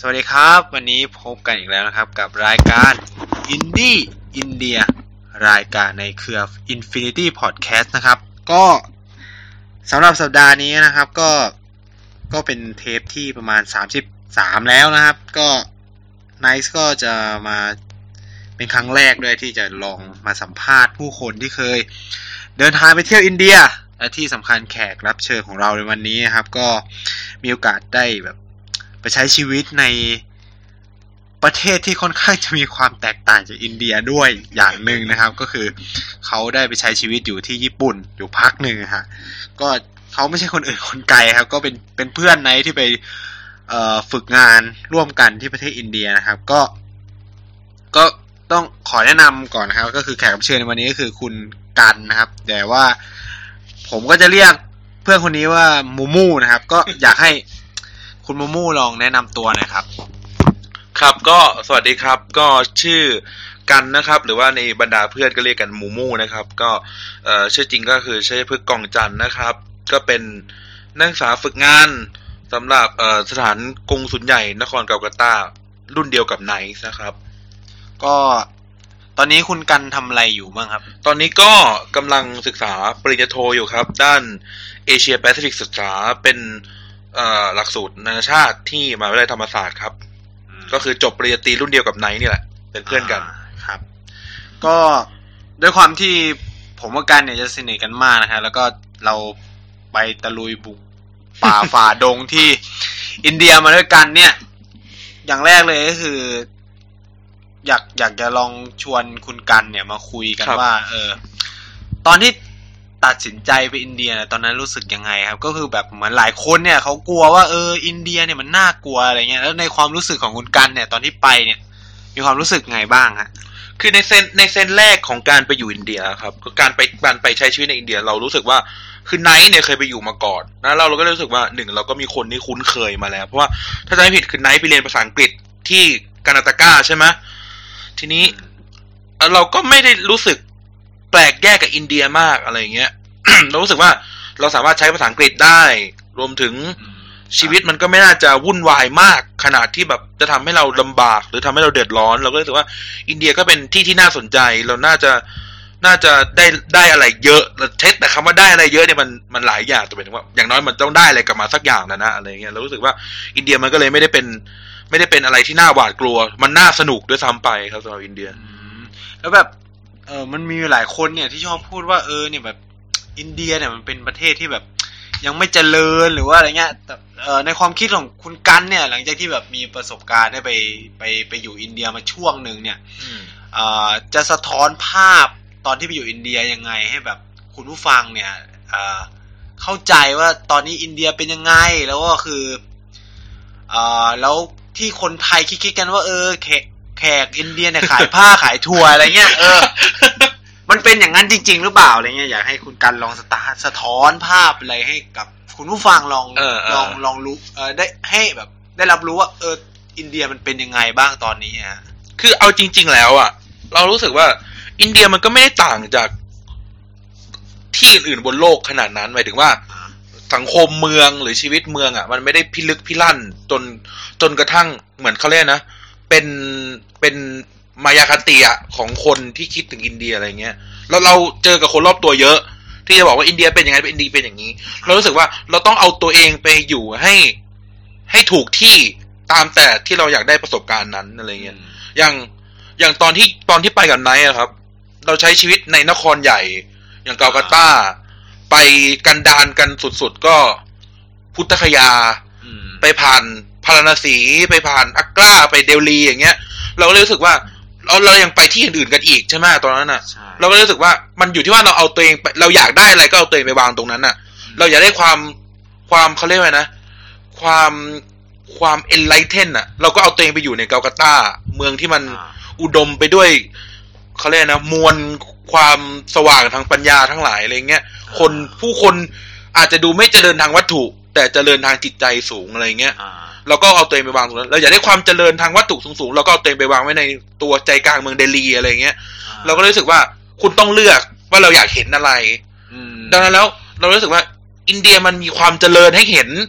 สวัสดีครับวันนี้พบกันอีกแล้วนะครับกับรายการอินดี้อินเดียรายการในเครือ Infinity Podcast นะครับก็สำหรับสัปดาห์นี้นะครับก็เป็นเทปที่ประมาณ33แล้วนะครับก็ไนซ์ก็จะมาเป็นครั้งแรกด้วยที่จะลองมาสัมภาษณ์ผู้คนที่เคยเดินทางไปเที่ยวอินเดียและที่สำคัญแขกรับเชิญของเราในวันนี้นะครับก็มีโอกาสได้แบบไปใช้ชีวิตในประเทศที่ค่อนข้างจะมีความแตกต่างจากอินเดียด้วยอย่างหนึ่งนะครับก็คือเขาได้ไปใช้ชีวิตอยู่ที่ญี่ปุ่นอยู่พักหนึ่งฮะก็เขาไม่ใช่คนอื่นคนไกลครับก็เป็นเพื่อนไนท์ที่ไปฝึกงานร่วมกันที่ประเทศอินเดียนะครับก็ต้องขอแนะนำก่อนนะครับก็คือแขกรับเชิญในวันนี้ก็คือคุณกันนะครับแต่ว่าผมก็จะเรียกเพื่อนคนนี้ว่ามูมูนะครับก็อยากให้คุณมูมูลองแนะนำตัวหน่อยครับครับก็สวัสดีครับก็ชื่อกันนะครับหรือว่าในบรรดาเพื่อนก็เรียกกันมูมูนะครับก็ชื่อจริงก็คือชัยพฤกษ์กองจันทร์นะครับก็เป็นนักศึกษาฝึกงานสำหรับสถานกงสุลใหญ่นครกัลกัตตารุ่นเดียวกับไนซ์นะครับก็ตอนนี้คุณกันทำอะไรอยู่บ้างครับตอนนี้ก็กำลังศึกษาปริญญาโทอยู่ครับด้านเอเชียแปซิฟิกศึกษาเป็นหลักสูตรนานาชาติที่มหาวิทยาลัยธรรมศาสตร์ครับก็คือจบปริญญาตรีรุ่นเดียวกับไนท์นี่แหละเป็นเพื่อนกันครับก็ด้วยความที่ผมกับกันเนี่ยจะสนิทกันมากนะครับแล้วก็เราไปตะลุยบุกป่าฝ่าดงที่อินเดียมาด้วยกันเนี่ยอย่างแรกเลยก็คืออยากจะลองชวนคุณกันเนี่ยมาคุยกันว่าตอนที่ตัดสินใจไปอินเดียตอนนั้นรู้สึกยังไงครับก็คือแบบเหมือนหลายคนเนี่ยเขากลัวว่าอินเดียเนี่ยมันน่ากลัวอะไรเงี้ยแล้วในความรู้สึกของคุณกันเนี่ยตอนที่ไปเนี่ยมีความรู้สึกไงบ้างฮะคือในเซนแรกของการไปอยู่อินเดียครับก็การไปใช้ชีวิตในอินเดียเรารู้สึกว่าคือไนท์เนี่ยเคยไปอยู่มาก่อนนะเราก็รู้สึกว่าหนึ่งเราก็มีคนที่คุ้นเคยมาแล้วเพราะว่าถ้าจำไม่ผิดคือไนท์ไปเรียนภาษาอังกฤษที่กานาตากาใช่ไหมทีนี้เราก็ไม่ได้รู้สึกแปลกแยกกับอินเดียมากอะไรเงี้ย เรารู้สึกว่าเราสามารถใช้ภาษาอังกฤษได้รวมถึงชีวิตมันก็ไม่น่าจะวุ่นวายมากขนาดที่แบบจะทำให้เราลำบากหรือทำให้เราเดือดร้อนเราก็รู้สึกว่าอินเดียก็เป็นที่น่าสนใจเราน่าจะได้อะไรเยอะแต่คำว่าได้อะไรเยอะเนี่ยมันหลายอย่างแต่หมายถึงว่าอย่างน้อยมันต้องได้อะไรกลับมาสักอย่างนะอะไรเงี้ยเรารู้สึกว่าอินเดียมันก็เลยไม่ได้เป็นอะไรที่น่าหวาดกลัวมันน่าสนุกด้วยซ้ำไปครับสำหรับอินเดียแล้วแบบมันมีหลายคนเนี่ยที่ชอบพูดว่าเนี่ยแบบอินเดียเนี่ยมันเป็นประเทศที่แบบยังไม่เจริญหรือว่าอะไรเงี้ยแต่ในความคิดของคุณกันเนี่ยหลังจากที่แบบมีประสบการณ์ได้ไปอยู่อินเดียมาช่วงนึงเนี่ยจะสะท้อนภาพตอนที่ไปอยู่อินเดียยังไงให้แบบคุณผู้ฟังเนี่ยเข้าใจว่าตอนนี้อินเดียเป็นยังไงแล้วก็คือแล้วที่คนไทยคิดกันว่าแขกอินเดียเนี่ยขายผ้าขายทัวร์อะไรเงี้ยมันเป็นอย่างนั้นจริงๆหรือเปล่าอะไรเงี้ยอยากให้คุณกันลองสะท้อนภาพอะไรให้กับคุณผู้ฟังลองรู้ได้ให้แบบได้รับรู้ว่าอินเดียมันเป็นยังไงบ้างตอนนี้ฮะคือเอาจริงๆแล้วอ่ะเรารู้สึกว่าอินเดียมันก็ไม่ได้ต่างจากที่อื่นๆบนโลกขนาดนั้นหมายถึงว่าสังคมเมืองหรือชีวิตเมืองอ่ะมันไม่ได้พิลึกพิลั่นจนกระทั่งเหมือนเขาเรียกนะเป็นมายาคติอ่ะของคนที่คิดถึงอินเดียอะไรเงี้ยแล้วเราเจอกับคนรอบตัวเยอะที่จะบอกว่าอินเดียเป็นอย่างนั้นเป็นอินเดียเป็นอย่างนี้เรารู้สึกว่าเราต้องเอาตัวเองไปอยู่ให้ถูกที่ตามแต่ที่เราอยากได้ประสบการณ์นั้นอะไรเงี้ยอย่างตอนที่ไปกับไนท์อะครับเราใช้ชีวิตในนครใหญ่อย่างกัลกัตตาไปกันดารกันสุดๆก็พุทธคยาไปผ่านพาราณสีไปผ่านอักราไปเดลีอย่างเงี้ยเราก็รู้สึกว่าเรายังไปที่อื่นๆกันอีกใช่ไหมตอนนั้นน่ะเราก็รู้สึกว่ามันอยู่ที่ว่าเราเอาตัวเองเราอยากได้อะไรก็เอาตัวเองไปวางตรงนั้นน่ะเราอยากได้ความเขาเรียกว่านะความ enlighten น่ะเราก็เอาตัวเองไปอยู่ในกัลกัตตาเมืองที่มันอุดมไปด้วยเขาเรียกนะมวลความสว่างทางปัญญาทั้งหลายอะไรเงี้ยผู้คนอาจจะดูไม่เจริญทางวัตถุแต่เจริญทางจิตใจสูงอะไรเงี้ยเราก็เอาตัวเองไปวางตรงนั้นเราอยากได้ความเจริญทางวัตถุสูงๆเราก็เอาตัวเองไปวางไว้ในตัวใจกลางเมืองเดลีอะไรเงี้ยเราก็รู้สึกว่าคุณต้องเลือกว่าเราอยากเห็นอะไรดังนั้นแล้วเรารู้สึกว่าอินเดียมันมีความเจริญให้เห็น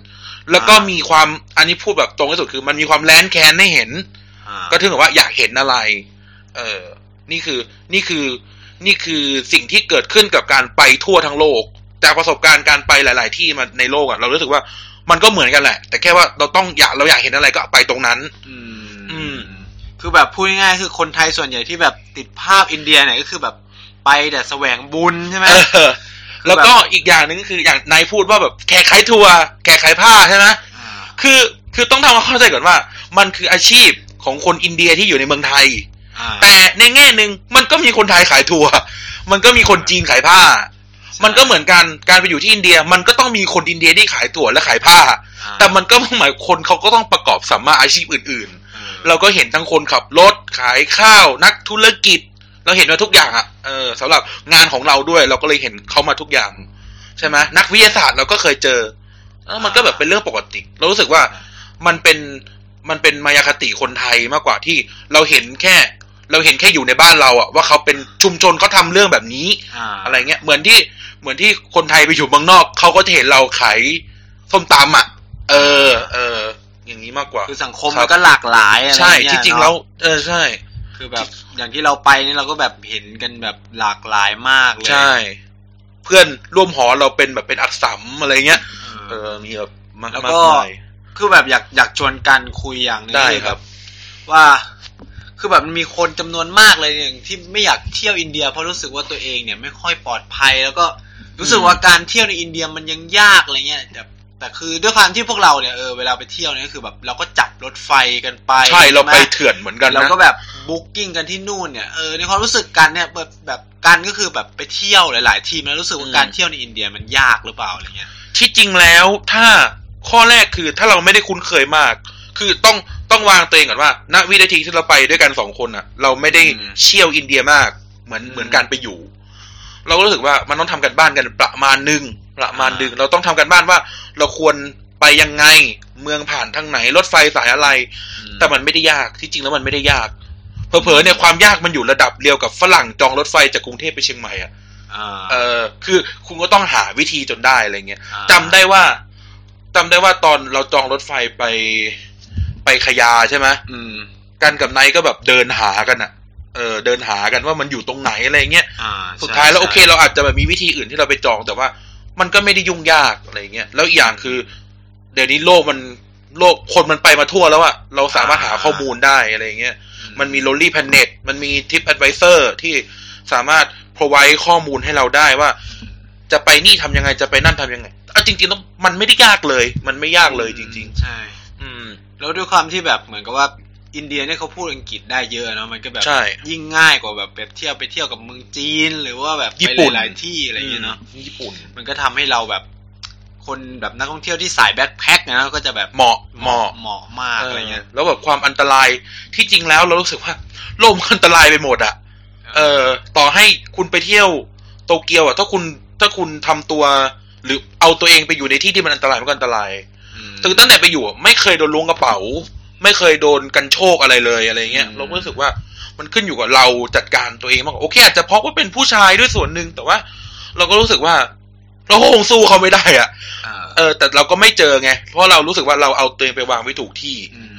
แล้วก็มีความอันนี้พูดแบบตรงที่สุดคือมันมีความแร้นแค้นให้เห็นก็ถึงกับว่าอยากเห็นอะไรนี่คือสิ่งที่เกิดขึ้นกับการไปทั่วทั้งโลกจากประสบการณ์การไปหลายๆที่มาในโลกอ่ะเรารู้สึกว่ามันก็เหมือนกันแหละแต่แค่ว่าเราอยากเห็นอะไรก็ไปตรงนั้นคือแบบพูดง่ายๆคือคนไทยส่วนใหญ่ที่แบบติดภาพอินเดียเนี่ยก็คือแบบไปแต่แสวงบุญใช่ไหมแล้วก็อีกอย่างนึงก็คืออย่างนายพูดว่าแบบแขกขายทัวร์แขกขายผ้าใช่ไหมคือต้องทำความเข้าใจก่อนว่ามันคืออาชีพของคนอินเดียที่อยู่ในเมืองไทยแต่ในแง่นึงมันก็มีคนไทยขายทัวร์มันก็มีคนจีนขายผ้ามันก็เหมือนกันการไปอยู่ที่อินเดียมันก็ต้องมีคนอินเดียที่ขายถั่วและขายผ้าแต่มันก็หมายคนเขาก็ต้องประกอบสัมมาอาชีพอื่นๆเราก็เห็นทั้งคนขับรถขายข้าวนักธุรกิจเราเห็นมาทุกอย่างอ่ะสำหรับงานของเราด้วยเราก็เลยเห็นเขามาทุกอย่างใช่ไหมนักวิทยาศาสตร์เราก็เคยเจอมันก็แบบเป็นเรื่องปกติเรารู้สึกว่ามันเป็นมายาคติคนไทยมากกว่าที่เราเห็นแค่อยู่ในบ้านเราอ่ะว่าเขาเป็นชุมชนเขาทำเรื่องแบบนี้อะไรเงี้ยเหมือนที่คนไทยไปอยู่เมืองนอกเขาก็จะเห็นเราขายส้มตำอ่ะอย่างนี้มากกว่าคือสังคมมันก็หลากหลายอะไรเงี้ยใช่จริงๆแล้วใช่คือแบบอย่างที่เราไปนี่เราก็แบบเห็นกันแบบหลากหลายมากเลยใช่เพื่อนร่วมหอเราเป็นแบบเป็นอักษรอะไรเงี้ยมีแบบมากแล้วก็คือแบบอยากชวนกันคุยอย่างนึงได้ครับว่าคือแบบมันมีคนจำนวนมากเลยอย่างที่ไม่อยากเที่ยวอินเดียเพราะรู้สึกว่าตัวเองเนี่ยไม่ค่อยปลอดภัยแล้วก็รู้สึกว่าการเที่ยวในอินเดียมันยังยากอะไรเงี้ยแต่คือด้วยความที่พวกเราเนี่ยเวลาไปเที่ยวเนี่ยคือแบบเราก็จับรถไฟกันไปใช่เราไปเถื่อนเหมือนกันนะเราก็แบบบุ๊กกิ้งกันที่นู่นเนี่ยในความรู้สึกกันเนี่ยแบบกันก็คือแบบไปเที่ยวหลายๆทีแล้วรู้สึกว่าการเที่ยวในอินเดียมันยากหรือเปล่าอะไรเงี้ยที่จริงแล้วถ้าข้อแรกคือถ้าเราไม่ได้คุ้นเคยมากคือต้องวางตัวเองก่อนว่าณวินาทีที่เราไปด้วยกัน2คนอ่ะเราไม่ได้เชี่ยวอินเดียมากเหมือนการไปอยู่เราก็รู้สึกว่ามันต้องทำกันบ้านกันประมาณนึงเราต้องทำกันบ้านว่าเราควรไปยังไงเมืองผ่านทางไหนรถไฟสายอะไรแต่มันไม่ได้ยากที่จริงแล้วมันไม่ได้ยากเผลอๆเนี่ยความยากมันอยู่ระดับเดียวกับฝรั่งจองรถไฟจากกรุงเทพไปเชียงใหม่อ่ะคือคุณก็ต้องหาวิธีจนได้อะไรเงี้ยจำได้ว่าตอนเราจองรถไฟไปขยาใช่ไหมกันกับไนก็แบบเดินหากันอ่ะเดินหากันว่ามันอยู่ตรงไหนอะไรเงี้ยสุดท้ายแล้วโอเคเราอาจจะแบบมีวิธีอื่นที่เราไปจองแต่ว่ามันก็ไม่ได้ยุ่งยากอะไรเงี้ยแล้วอีกอย่างคือเดี๋ยวนี้โลกคนมันไปมาทั่วแล้วอะเราสามารถหาข้อมูลได้อะไรเงี้ยมันมี Lonely Planet มันมี TripAdvisor ที่สามารถ provide ข้อมูลให้เราได้ว่าจะไปนี่ทำยังไงจะไปนั่นทำยังไงจริงๆแล้วมันไม่ได้ยากเลยมันไม่ยากเลยจริงๆใช่แล้วด้วยความที่แบบเหมือนกับว่าอินเดียเนี่ยเขาพูดอังกฤษได้เยอะเนาะมันก็แบบยิ่งง่ายกว่าแบบไปเที่ยวกับเมืองจีนหรือว่าแบบไปหลายที่อะไรอย่างเงี้ยเนาะญี่ปุ่นมันก็ทำให้เราแบบคนแบบนักท่องเที่ยวที่สายแบ็คแพ็คนะก็จะแบบเหมาะมากอะไรเงี้ยแล้วแบบความอันตรายที่จริงแล้วเรารู้สึกว่าโลกมันอันตรายไปหมดอ่ะต่อให้คุณไปเที่ยวโตเกียวอ่ะถ้าคุณทำตัวหรือเอาตัวเองไปอยู่ในที่ที่มันอันตรายมันก็อันตรายตั้งแต่ไปอยู่ไม่เคยโดนล้วงกระเป๋าไม่เคยโดนกันโชคอะไรเลยอะไรเงี้ยเรารู้สึกว่ามันขึ้นอยู่กับเราจัดการตัวเองมากกว่าโอเคอาจจะเพราะว่าเป็นผู้ชายด้วยส่วนหนึ่งแต่ว่าเราก็รู้สึกว่าเราคงสู้เขาไม่ได้อ่ะแต่เราก็ไม่เจอไงเพราะเรารู้สึกว่าเราเอาตัวเองไปวางไว้ถูกที่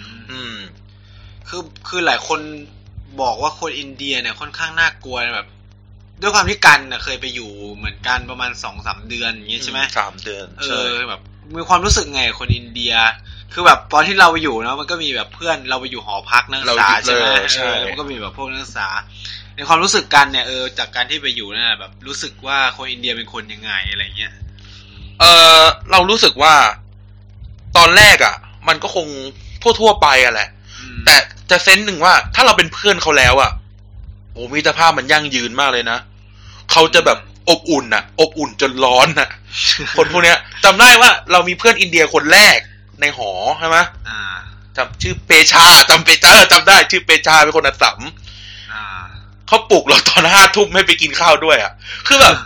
คือหลายคนบอกว่าคนอินเดียเนี่ยค่อนข้างน่ากลัวแบบด้วยความที่กันน่ะเคยไปอยู่เหมือนกันประมาณ 2-3 เดือนอย่างงี้ใช่ไหม 3 เดือนแบบมีความรู้สึกไงคนอินเดียคือแบบตอนที่เราไปอยู่เนาะมันก็มีแบบเพื่อนเราไปอยู่หอพักนักศึกษาใช่ไหมแล้วมันก็มีแบบพวกนักศึกษาในความรู้สึกกันเนี่ยจากการที่ไปอยู่นั่นแหละแบบรู้สึกว่าคนอินเดียเป็นคนยังไงอะไรเงี้ยเรารู้สึกว่าตอนแรกอ่ะมันก็คงทั่วไปอ่ะแหละแต่จะเซนส์หนึ่งว่าถ้าเราเป็นเพื่อนเขาแล้วอ่ะโอ้มิตรภาพมันยั่งยืนมากเลยนะเขาจะแบบอบอุ่นอ่ะอบอุ่นจนร้อนอ่ะ คนพวกเนี้ยจำได้ว่าเรามีเพื่อนอินเดียคนแรกในหอใช่ไหมจำชื่อเปชาจำได้ชื่อเปชาเป็นคนอัสสัมเขาปลุกเราตอน 5 ทุ่มให้ไปกินข้าวด้วยอ่ะคือแบบ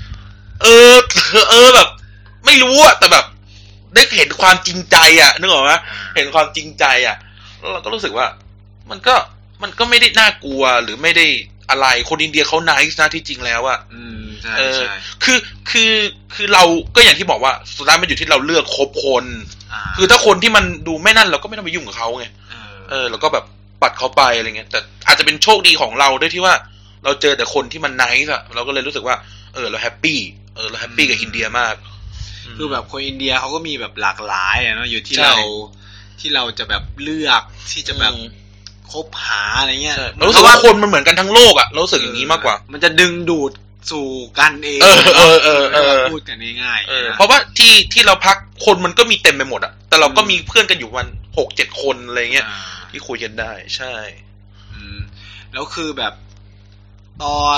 แบบไม่รู้อ่ะแต่แบบได้เห็นความจริงใจอ่ะนึกออกไหมเห็นความจริงใจอ่ะแล้วเราก็รู้สึกว่ามันก็ไม่ได้น่ากลัวหรือไม่ได้อะไรคนอินเดียเขาไนซ์นะที่จริงแล้วอ่ะใช่คือเราก็อย่างที่บอกว่าสุดท้ายมันอยู่ที่เราเลือกคบคนคือถ้าคนที่มันดูไม่นั่นเราก็ไม่ต้องไปยุ่งกับเขาไงเราก็แบบปัดเขาไปอะไรเงี้ยแต่อาจจะเป็นโชคดีของเราด้วยที่ว่าเราเจอแต่คนที่มันไนซ์อะเราก็เลยรู้สึกว่าเราแฮปปี้เราแฮปปี้กับอินเดียมากคือแบบคนอินเดียเขาก็มีแบบหลากหลายอะเนาะอยู่ที่เราจะแบบเลือกที่จะแบบคบหาอะไรเงี้ยเรารู้สึกว่าคนมันเหมือนกันทั้งโลกอะเรารู้สึกอย่างนี้มากกว่ามันจะดึงดูดสู่กันเองพูดกันง่ายๆเพราะว่าที่เราพักคนมันก็มีเต็มไปหมดอะแต่เราก็มีเพื่อนกันอยู่วัน 6-7 คนอะไรเงี้ยที่คุยกันได้ใช่แล้วคือแบบตอน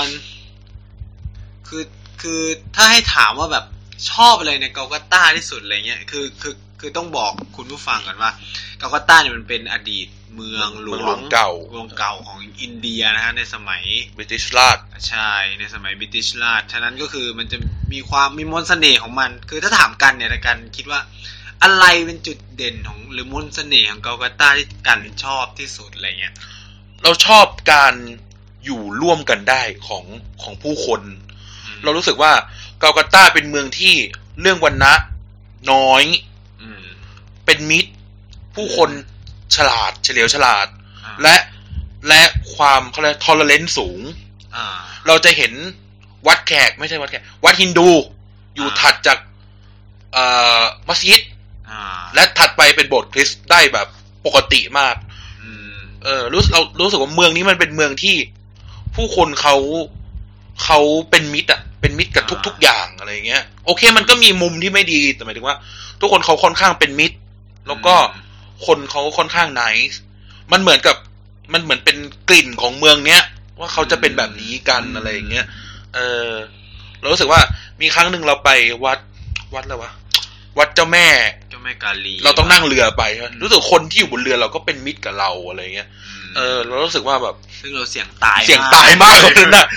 คือถ้าให้ถามว่าแบบชอบอะไรในกัลกัตตาที่สุดอะไรเงี้ยคือต้องบอกคุณผู้ฟังก่อนว่ากัลกัตตาเนี่ยมันเป็นอดีตเมืองหลวงเก่าของอินเดียนะฮะในสมัยบริติชราชใช่ในสมัยบริติชราชฉะนั้นก็คือมันจะมีมนต์เสน่ห์ของมันคือถ้าถามกันเนี่ยกันคิดว่าอะไรเป็นจุดเด่นของหรือมนต์เสน่ห์ของกัลกัตตาที่กันชอบที่สุดอะไรเงี้ยเราชอบการอยู่ร่วมกันได้ของผู้คนเรารู้สึกว่ากัลกัตตาเป็นเมืองที่เรื่องวรรณะน้อยเป็นมิตรผู้คนฉลาดเฉลียวฉลาดและความเขาเรียกทอเลเรนซ์สูงเราจะเห็นวัดแขกไม่ใช่วัดแขกวัดฮินดูอยู่ถัดจากมัสยิดและถัดไปเป็นโบสถ์คริสต์ได้แบบปกติมากเรารู้สึกว่าเมืองนี้มันเป็นเมืองที่ผู้คนเขาเป็นมิตรอ่ะเป็นมิตรกับทุกอย่างอะไรเงี้ยโอเคมันก็มีมุมที่ไม่ดีแต่หมายถึงว่าทุกคนเขาค่อนข้างเป็นมิตรแล้วก็คนเขาค่อนข้างไนซ์มันเหมือนเป็นกลิ่นของเมืองเนี้ยว่าเขาจะเป็นแบบนี้กันอะไรอย่างเงี้ยเรารู้สึกว่ามีครั้งหนึ่งเราไปวัดอะไรวะวัดเจ้าแม่กาลีเราต้องนั่งเรือไปรู้สึกคนที่อยู่บนเรือเราก็เป็นมิตรกับเราอะไรเงี้ยเรารู้สึกว่าแบบซึ่งเราเสี่ยงตายมากเลยนะ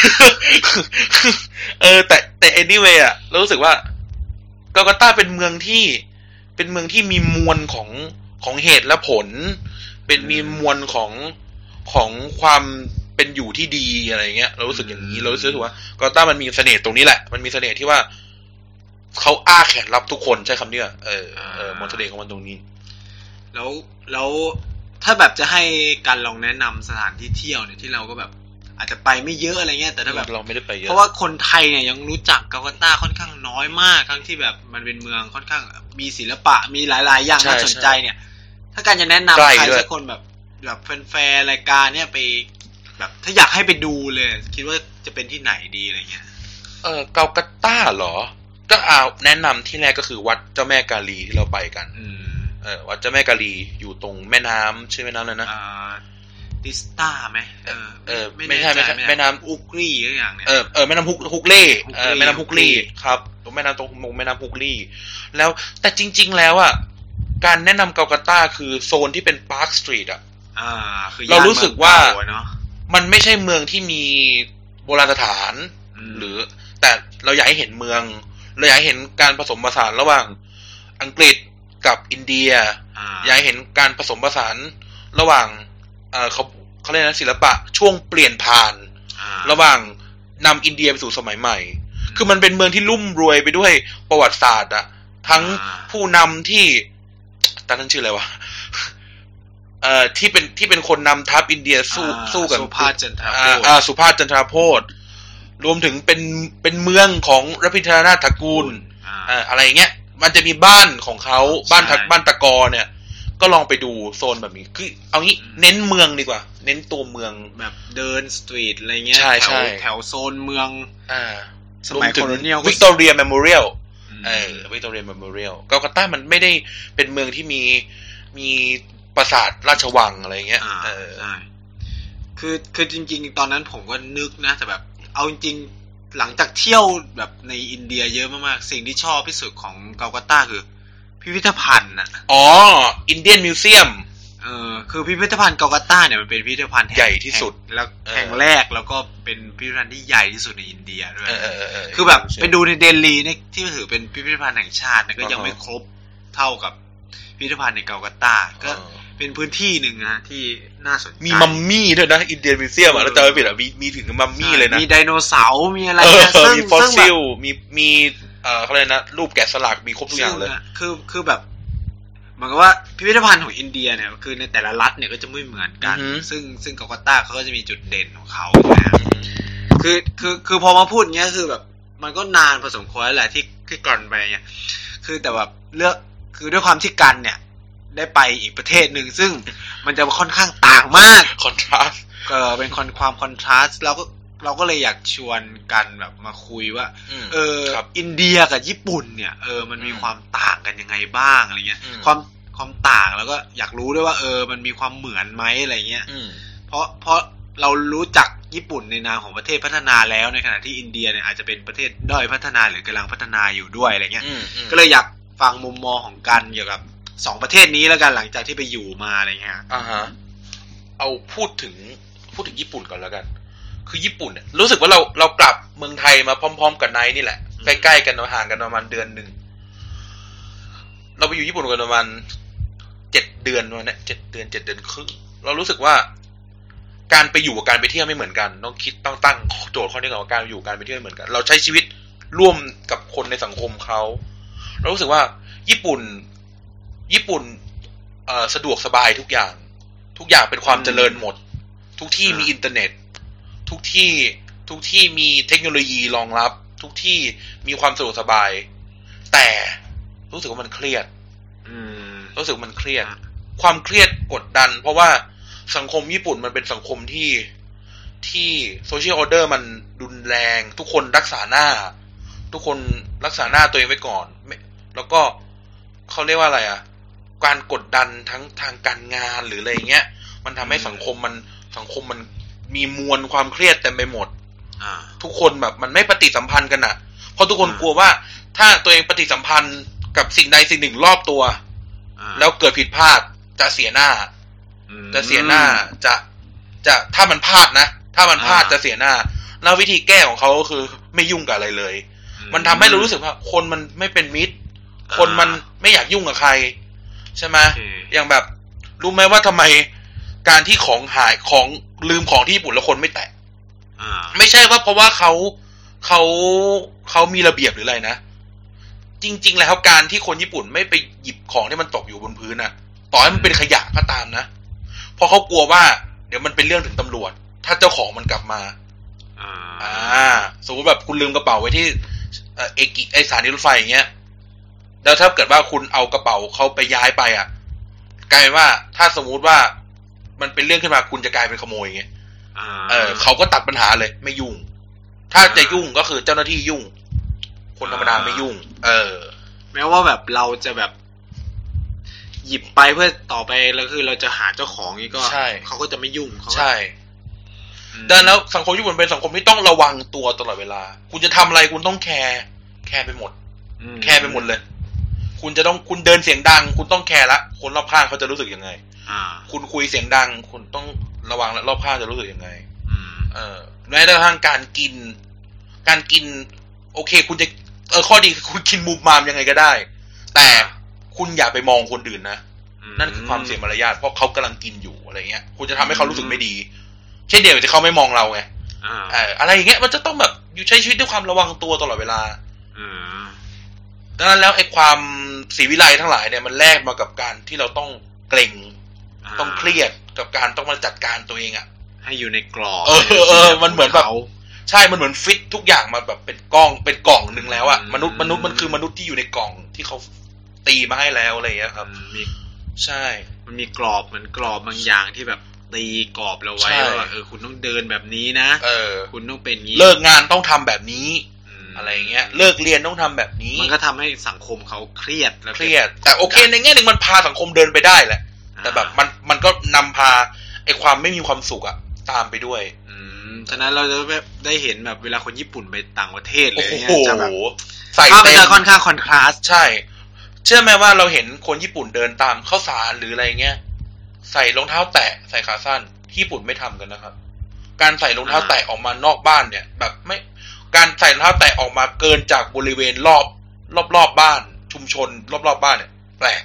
แต่ anyway อ่ะเรารู้สึกว่ากัลกัตตาเป็นเมืองที่มีมวลของเหตุและผลเป็นมีมวลของความเป็นอยู่ที่ดีอะไรเงี้ยเรารู้สึกอย่างนี้เรารู้สึกว่ากัลกัตตามันมีเสน่ห์ตรงนี้แหละมันมีเสน่ห์ที่ว่าเขาอ้าแขนรับทุกคนใช้คำนี้มนต์เสน่ห์ของมันตรงนี้แล้วถ้าแบบจะให้กันลองแนะนำสถานที่เที่ยวเนี่ยที่เราก็แบบอาจจะไปไม่เยอะอะไรเงี้ยแต่ถ้าแบบเราไม่ได้ไปเยอะเพราะว่าคนไทยเนี่ยยังรู้จักกัลกัตตาค่อนข้างน้อยมากทั้งที่แบบมันเป็นเมืองค่อนข้างมีศิลปะมีหลายๆอย่างน่าสนใจเนี่ยถ้าการจะแนะนำใครสักคนแบบแฟนๆรายการเนี่ยไปแบบถ้าอยากให้ไปดูเลยคิดว่าจะเป็นที่ไหนดีอะไรเงี้ยกัลกัตตาเหรอก็เอาแนะนำที่แรกก็คือวัดเจ้าแม่กาลีที่เราไปกันวัดเจ้าแม่กาลีอยู่ตรงแม่น้ำชื่อแม่น้ำอะไรนะติสตาไหมไม่ใช่แม่น้ำอุกรีอะไรอย่างเนี้ยแม่น้ำฮุกเล่แม่น้ำฮุกลี่ครับตรงแม่น้ำฮุกลี่แล้วแต่จริงๆแล้วอ่ะการแนะนำกัลกัตตาคือโซนที่เป็นพาร์คสตรีทอ่ะเรารู้สึกว่ามันไม่ใช่เมืองที่มีโบราณสถานหรือแต่เราอยากให้เห็นเมืองเราอยากให้เห็นการผสมผสานระหว่างอังกฤษกับอินเดียอยากให้เห็นการผสมผสานระหว่างเขาเรียกนะศิลปะช่วงเปลี่ยนผ่านระหว่างนำอินเดียไปสู่สมัยใหม่คือมันเป็นเมืองที่ลุ่มรวยไปด้วยประวัติศาสตร์อะทั้งผู้นำที่ตอนนั้นชื่ออะไรวะที่เป็นคนนำทัพอินเดียสู้กับสุภาพจันทราโพธสุภาพจันทราโพธรวมถึงเป็นเมืองของรัพินทรนาถเถากูลอะไรอย่างเงี้ยมันจะมีบ้านของเขาบ้านตะกอเนี่ยก็ลองไปดูโซนแบบนี้คือเอางี้เน้นเมืองดีกว่าเน้นตัวเมืองแบบเดินสตรีทอะไรเงี้ยแถวโซนเมืองสมัยโคโลเนียลวิกตอเรียเมโมเรียลวิกตอเรียเมโมเรียลกัลกัตตามันไม่ได้เป็นเมืองที่มีปราสาทราชวังอะไรเงี้ยใช่คือจริงๆตอนนั้นผมก็นึกนะแต่แบบเอาจริงๆหลังจากเที่ยวแบบในอินเดียเยอะมากๆสิ่งที่ชอบที่สุดของกัลกัตตาคือพิพิธภัณฑ์น่ะอินเดียนมิวเซียมคือพิพิธภัณฑ์กัลกัตตาเนี่ยมันเป็นพิพิธภัณฑ์ใหญ่ที่สุดแล้วแห่งแรกแล้วก็เป็นพิพิธภัณฑ์ที่ใหญ่ที่สุดในอินเดียด้วยคือแบบไปดูในเดลีเนี่ยที่ถือเป็นพิพิธภัณฑ์แห่งชาติก็ยังไม่ครบเท่ากับพิพิธภัณฑ์ในกัลกัตตาก็เป็นพื้นที่หนึ่งนะที่น่าสนใจมีมัมมี่ด้วยนะอินเดียนมิวเซียมแล้วจำไม่ผิดมีถึงมัมมี่เลยนะมีไดโนเสาร์มีอะไรมีฟอสซิลมีเขาเรียกนะรูปแกะสลักมีครบทุกอย่างเลยคือแบบเหมือนกับว่าพิพิธภัณฑ์ของอินเดียเนี่ยคือในแต่ละรัฐเนี่ยก็จะไม่เหมือนกันซึ่งกัลกัตตาเขาก็จะมีจุดเด่นของเขานะคือพอมาพูดเงี้ยคือแบบมันก็นานพอสมควรแล้วแหละที่กรอนไปเนี่ยคือแต่แบบเลือกคือด้วยความที่กันเนี่ยได้ไปอีกประเทศหนึ่งซึ่งมันจะค่อนข้างต่างมากคอนทราสต์เป็นความคอนทราสต์เราก็เลยอยากชวนกันแบบมาคุยว่าอินเดียกับญี่ปุ่นเนี่ยมันมีความต่างกันยังไงบ้างอะไรเงี้ยความต่างแล้วก็อยากรู้ด้วยว่ามันมีความเหมือนไหมอะไรเงี้ยเพราะเรารู้จักญี่ปุ่นในนามของประเทศพัฒนาแล้วในขณะที่อินเดียเนี่ยอาจจะเป็นประเทศด้อยพัฒนาหรือกำลังพัฒนาอยู่ด้วยอะไรเงี้ยก็เลยอยากฟังมุมมองของกันเกี่ยวกับ2ประเทศนี้แล้วกันหลังจากที่ไปอยู่มาอะไรเงี้ยเอาพูดถึงญี่ปุ่นก่อนแล้วกันคือญี่ปุ่นเนี่ยรู้สึกว่าเรากลับเมืองไทยมาพร้อมๆกับไนท์นี่แหละใกล้ๆกันห่างกันประมาณเดือนนึงเราไปอยู่ญี่ปุ่นกันประมาณ7 เดือนวันนี้7 เดือนครึ่งเรารู้สึกว่าการไปอยู่กับการไปเที่ยวไม่เหมือนกันต้องตั้งโจทย์ข้อนี้ก่อนว่าการอยู่การไปเที่ยวไม่เหมือนกันเราใช้ชีวิตร่วมกับคนในสังคมเขาเรารู้สึกว่าญี่ปุ่นสะดวกสบายทุกอย่างเป็นความเจริญหมดทุกที่มีอินเทอร์เน็ตทุกที่มีเทคโนโลยีรองรับทุกที่มีความสะดวกสบายแต่รู้สึกว่ามันเครียดความเครียดกดดันเพราะว่าสังคมญี่ปุ่นมันเป็นสังคมที่โซเชียลออเดอร์มันรุนแรงทุกคนรักษาหน้าตัวเองไว้ก่อนแล้วก็เขาเรียกว่าอะไรการกดดันทั้งทางการงานหรืออะไรเงี้ยมันทำให้สังคมมันมีมวลความเครียดเต็มไปหมดทุกคนแบบมันไม่ปฏิสัมพันธ์กันอ่ะเพราะทุกคนกลัวว่าถ้าตัวเองปฏิสัมพันธ์กับสิ่งใดสิ่งหนึ่งรอบตัวแล้วเกิดผิดพลาดจะเสียหน้าจะถ้ามันพลาดนะถ้ามันพลาดจะเสียหน้าแล้ววิธีแก้ของเขาก็คือไม่ยุ่งกับอะไรเลยมันทำให้เรารู้สึกว่าคนมันไม่เป็นมิตรคนมันไม่อยากยุ่งกับใครใช่ไหมอย่างแบบรู้ไหมว่าทำไมการที่ของหายของลืมของที่ญี่ปุ่นแล้วคนไม่แตะไม่ใช่ว่าเพราะว่าเขามีระเบียบหรืออะไรนะจริงๆแล้วการที่คนญี่ปุ่นไม่ไปหยิบของที่มันตกอยู่บนพื้นน่ะต่อให้มันเป็นขยะก็ตามนะเพราะเขากลัวว่าเดี๋ยวมันเป็นเรื่องถึงตำรวจถ้าเจ้าของมันกลับมาสมมติแบบคุณลืมกระเป๋าไว้ที่สถานีรถไฟอย่างเงี้ยแล้วถ้าเกิดว่าคุณเอากระเป๋าเขาไปย้ายไปกลายเป็นว่าถ้าสมมุติว่ามันเป็นเรื่องขึ้นมาคุณจะกลายเป็นขโมยอย่างเงี้ยเขาก็ตัดปัญหาเลยไม่ยุ่งถ้าจะยุ่งก็คือเจ้าหน้าที่ยุ่งคนธรรมดาไม่ยุ่งแม้ว่าแบบเราจะแบบหยิบไปเพื่อต่อไปแล้วคือเราจะหาเจ้าของนี่ก็เขาก็จะไม่ยุ่งใช่ดังนั้นแล้วสังคมญี่ปุ่นเป็นสังคมที่ต้องระวังตัวตลอดเวลาคุณจะทำอะไรคุณต้องแคร์ไปหมดเลยคุณเดินเสียงดังคุณต้องแคร์ละคนรอบข้างเขาจะรู้สึกยังไงคุณคุยเสียงดังคุณต้องระวังและรอบข้างจะรู้สึกยังไงแม้กระทั่งการกินโอเคคุณจะข้อดีคือคุณกินมุมมามยังไงก็ได้แต่คุณอย่าไปมองคนอื่นนะนั่นคือความเสียมารยาทเพราะเขากำลังกินอยู่อะไรเงี้ยคุณจะทำให้เขารู้สึกไม่ดีเช่นเดียวกับที่เขาไม่มองเราไงอะไรอย่างเงี้ยมันจะต้องแบบอยู่ใช้ชีวิตด้วยความระวังตัวตลอดเวลาดังนั้นแล้วไอ้ความศรีวิไลทั้งหลายเนี่ยมันแลกมากับการที่เราต้องเกรงต้องเครียดกับการต้องมาจัดการตัวเองให้อยู่ในกรอบมันเหมือนแบบใช่มันเหมือนฟิตทุกอย่างมาแบบเป็นกล่องนึงแล้วมนุษย์มันคือมนุษย์ที่อยู่ในกล่องที่เขาตีมาให้แล้วอะไรอย่างเงี้ยครับใช่มันมีกรอบเหมือนกรอบบางอย่างที่แบบตีกรอบเราไว้ว่าคุณต้องเดินแบบนี้นะคุณต้องเป็นงี้เลิกงานต้องทำแบบนี้อะไรเงี้ยเลิกเรียนต้องทำแบบนี้มันก็ทำให้สังคมเขาเครียดแต่โอเคในแง่หนึ่งมันพาสังคมเดินไปได้แหละแต่แบบมันก็นำพาไอ้ความไม่มีความสุขตามไปด้วยฉะนั้นเราจะได้เห็นแบบเวลาคนญี่ปุ่นไปต่างประเทศเลยเนี่ยจะแบบใส่เต็มค่อนข้างคอนทราสต์ใช่เชื่อไหมว่าเราเห็นคนญี่ปุ่นเดินตามข้าวสารหรืออะไรเงี้ยใส่รองเท้าแตะใส่ขาสั้นที่ญี่ปุ่นไม่ทำกันนะครับการใส่รองเท้าแตะออกมานอกบ้านเนี่ยแบบไม่การใส่รองเท้าแตะออกมาเกินจากบริเวณรอบบ้านชุมชนรอบบ้านเนี่ยแปลก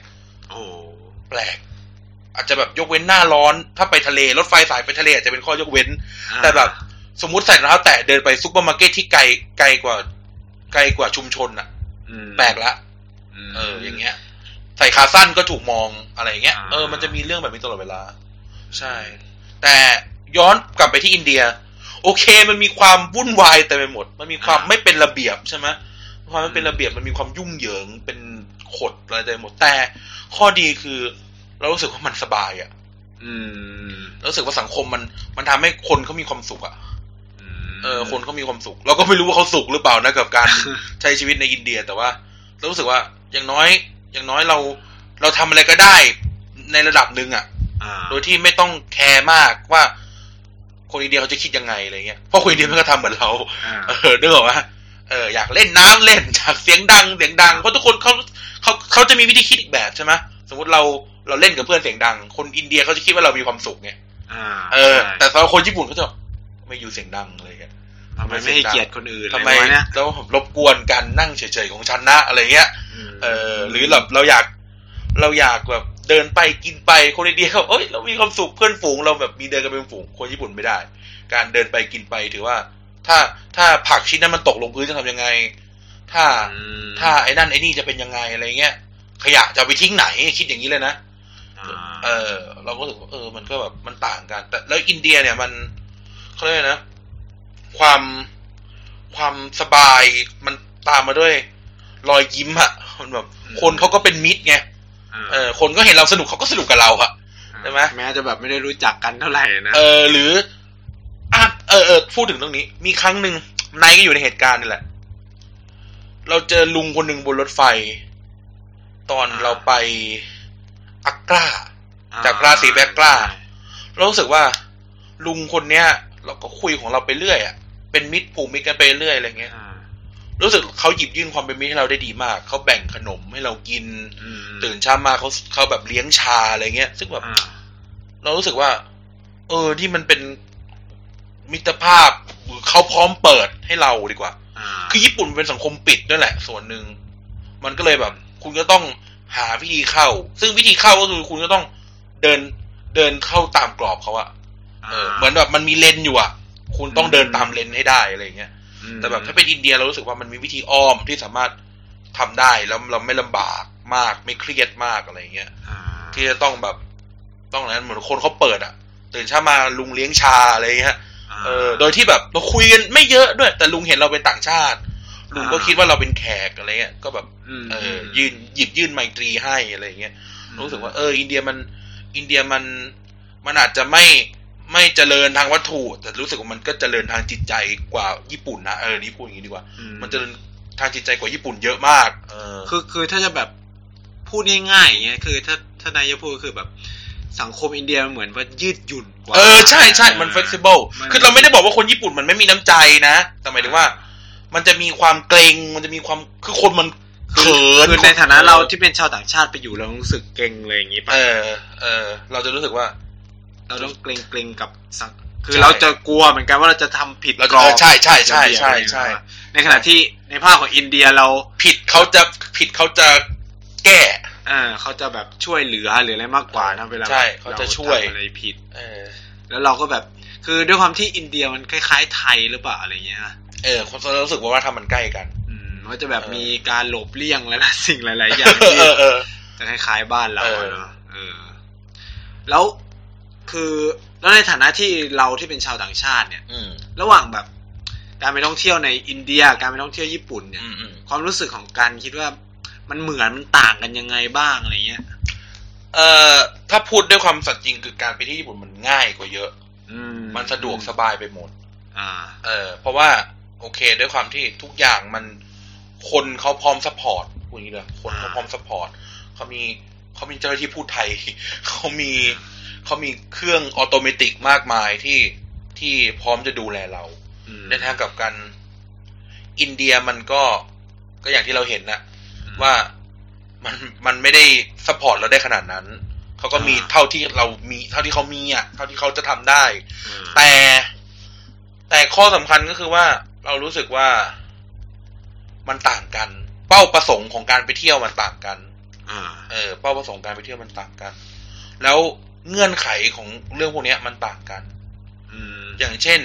อาจจะแบบยกเว้นหน้าร้อนถ้าไปทะเลรถไฟสายไปทะเลอาจจะเป็นข้อยกเว้นแต่แบบสมมุติใส่รองเท้าแตะเดินไปซุปเปอร์มาร์เก็ตที่ไกลกว่าชุมชนแปลกละอย่างเงี้ยใส่ขาสั้นก็ถูกมองอะไรอย่างเงี้ยมันจะมีเรื่องแบบนี้ตลอดเวลาใช่แต่ย้อนกลับไปที่อินเดียโอเคมันมีความวุ่นวายเต็มไปหมดมันมีความไม่เป็นระเบียบใช่ไหมความไม่เป็นระเบียบมันมีความยุ่งเหยิงเป็นขดอะไรเต็มหมดแต่ข้อดีคือเรารู้สึกว่ามันสบายอ่ะรู้สึกว่าสังคมมันทำให้คนเขามีความสุขอ่ะคนเขามีความสุขเราก็ไม่รู้ว่าเขาสุขหรือเปล่านะกับการ ใช้ชีวิตในอินเดียแต่ว่าเรารู้สึกว่าอย่างน้อยเราทำอะไรก็ได้ในระดับหนึ่งอ่ะโดยที่ไม่ต้องแคร์มากว่าคนอินเดียเขาจะคิดยังไงอะไรเงี้ยเพราะคนอินเดียมันก็ทำเหมือนเรานึกออกว่าอยากเล่นน้ำเล่นอยากเสียงดังเพราะทุกคนเขาจะมีวิธีคิดอีกแบบใช่ไหมสมมติเราเล่นกับเพื่อนเสียงดังคนอินเดียเขาจะคิดว่าเรามีความสุขไงแต่สำหรับคนญี่ปุ่นเขาจะไม่อยู่เสียงดังอะไรเงี้ยทำไมไม่ให้เกียรติคนอื่นทำไมแล้วรบกวนกันนั่งเฉยๆของฉันนะอะไรเงี้ยหรือแบบเราอยากแบบเดินไปกินไปคนอินเดียเขาเรามีความสุขเพื่อนฝูงเราแบบมีเดินกันเป็นฝูงคนญี่ปุ่นไม่ได้การเดินไปกินไปถือว่าถ้าผักชิ้นนั้นมันตกลงพื้นจะทำยังไงถ้าไอ้นั่นไอ้นี่จะเป็นยังไงอะไรเงี้ยขยะจะไปทิ้งไหนคิดอย่างนี้เลยนะเราก็รู้สึกว่ามันก็แบบมันต่างกันแต่แล้วอินเดียเนี่ยมันเขาเรียกนะความสบายมันตามมาด้วยรอยยิ้มอะมันแบบคนเขาก็เป็นมิตรไงคนก็เห็นเราสนุกเขาก็สนุกกับเราอะใช่ไหมแม้จะแบบไม่ได้รู้จักกันเท่าไหร่นะหรือพูดถึงตรงนี้มีครั้งหนึ่งนายก็อยู่ในเหตุการณ์นี่แหละเราเจอลุงคนหนึ่งบนรถไฟตอนเราไปอักกราจากราศีแบกกราเรารู้สึกว่าลุงคนเนี้ยเราก็คุยของเราไปเรื่อยอ่ะเป็นมิตรผูกมิตรกันไปเรื่อยอะไรเงี้ยรู้สึกเขาหยิบยื่นความเป็นมิตรให้เราได้ดีมากเขาแบ่งขนมให้เรากินตื่นเช้ามาเขาแบบเลี้ยงชาอะไรเงี้ยซึ่งแบบเรารู้สึกว่าที่มันเป็นมิตรภาพเขาพร้อมเปิดให้เราดีกว่าคือญี่ปุ่นเป็นสังคมปิดด้วยแหละส่วนหนึ่งมันก็เลยแบบคุณก็ต้องหาวิธีเข้าซึ่งวิธีเข้าก็คือคุณก็ต้องเดินเข้าตามกรอบเขาอะเหมือนแบบมันมีเลนอยู่อะคุณต้องเดินตามเลนให้ได้อะไรเงี้ยแต่แบบถ้าเป็นอินเดียเรารู้สึกว่ามันมีวิธีอ้อมที่สามารถทำได้แล้วเราไม่ลำบากมากไม่เครียดมากอะไรเงี้ยที่จะต้องแบบต้องนั้นเหมือนคนเขาเปิดอะตื่นเช้ามาลุงเลี้ยงชาอะไรเงี้ยโดยที่แบบเราคุยกันไม่เยอะด้วยแต่ลุงเห็นเราเป็นต่างชาติลุงก็คิดว่าเราเป็นแขกอะไรเงี้ยก็แบบหยิบยื่นไมตรีให้อะไรเงี้ยรู้สึกว่าอินเดียมันอาจจะไม่เจริญทางวัตถุแต่รู้สึกว่ามันก็เจริญทางจิตใจกว่าญี่ปุ่นนะนี่พูดอย่างนี้ดีกว่ามันเจริญทางจิตใจกว่าญี่ปุ่นเยอะมากคือถ้าจะแบบพูดง่ายๆอย่างเงี้ยคือถ้านายจะพูดก็คือแบบสังคมอินเดียเหมือนว่ายืดหยุ่นกว่าใช่มัน flexible คือเราไม่ได้บอกว่าคนญี่ปุ่นมันไม่มีน้ำใจนะแต่หมายถึงว่ามันจะมีความเกรงมันจะมีความคือคนมันเขินคือในฐานะเราที่เป็นชาวต่างชาติไปอยู่เรารู้สึกเกรงเลยอย่างงี้ป่ะเราจะรู้สึกว่าเราต้องเกรงกับคือเราจะกลัวเหมือนกันว่าเราจะทำผิดกรอบใช่ในขณะที่ในภาคของอินเดียเราผิดเขาจะแก้เขาจะแบบช่วยเหลือหรืออะไรมากกว่านะเวลาเขาจะช่วยอะไรผิดแล้วเราก็แบบคือด้วยความที่อินเดียมันคล้ายๆไทยหรือเปล่าอะไรเงี้ยคนรู้สึกว่าทำมันใกล้กันมันจะแบบมีการหลบเลี่ยงและสิ่งหลายๆอย่างที่จะคล้ายๆบ้านเราเนาะแล้วคือแล้วในฐานะที่เราที่เป็นชาวต่างชาติเนี่ยระหว่างแบบการไปท่องเที่ยวในอินเดียการไปท่องเที่ยวญี่ปุ่นเนี่ยความรู้สึกของการคิดว่ามันเหมือนมันต่างกันยังไงบ้างอะไรเงี้ยถ้าพูดด้วยความสัตย์จริงคือการไปที่ญี่ปุ่นมันง่ายกว่าเยอะมันสะดวกสบายไปหมดเพราะว่าโอเคด้วยความที่ทุกอย่างมันคนเขาพร้อมซัพพอร์ตพูดอย่างนี้เลยคนเขาพร้อมซัพพอร์ตเขามีเจ้าหน้าที่พูดไทยเขามีเครื่องออโตเมติกมากมายที่พร้อมจะดูแลเราในทางกับกันอินเดียมันก็อย่างที่เราเห็นนะว่ามันไม่ได้ซัพพอร์ตเราได้ขนาดนั้นเขาก็มีเท่าที่เรามีเท่าที่เขามีเท่าที่เขาจะทำได้แต่ข้อสำคัญก็คือว่าเรารู้สึกว่ามันต่างกันเป้าประสงค์ของการไปเที่ยวมันต่างกันเป้าประสงค์การไปเที่ยวมันต่างกันแล้วเงื่อนไขของเรื่องพวกนี้มันต่างกันอย่างเช่น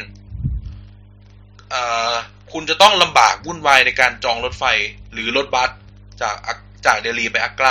คุณจะต้องลำบากวุ่นวายในการจองรถไฟหรือรถบัสจากเดลีไปอักกรา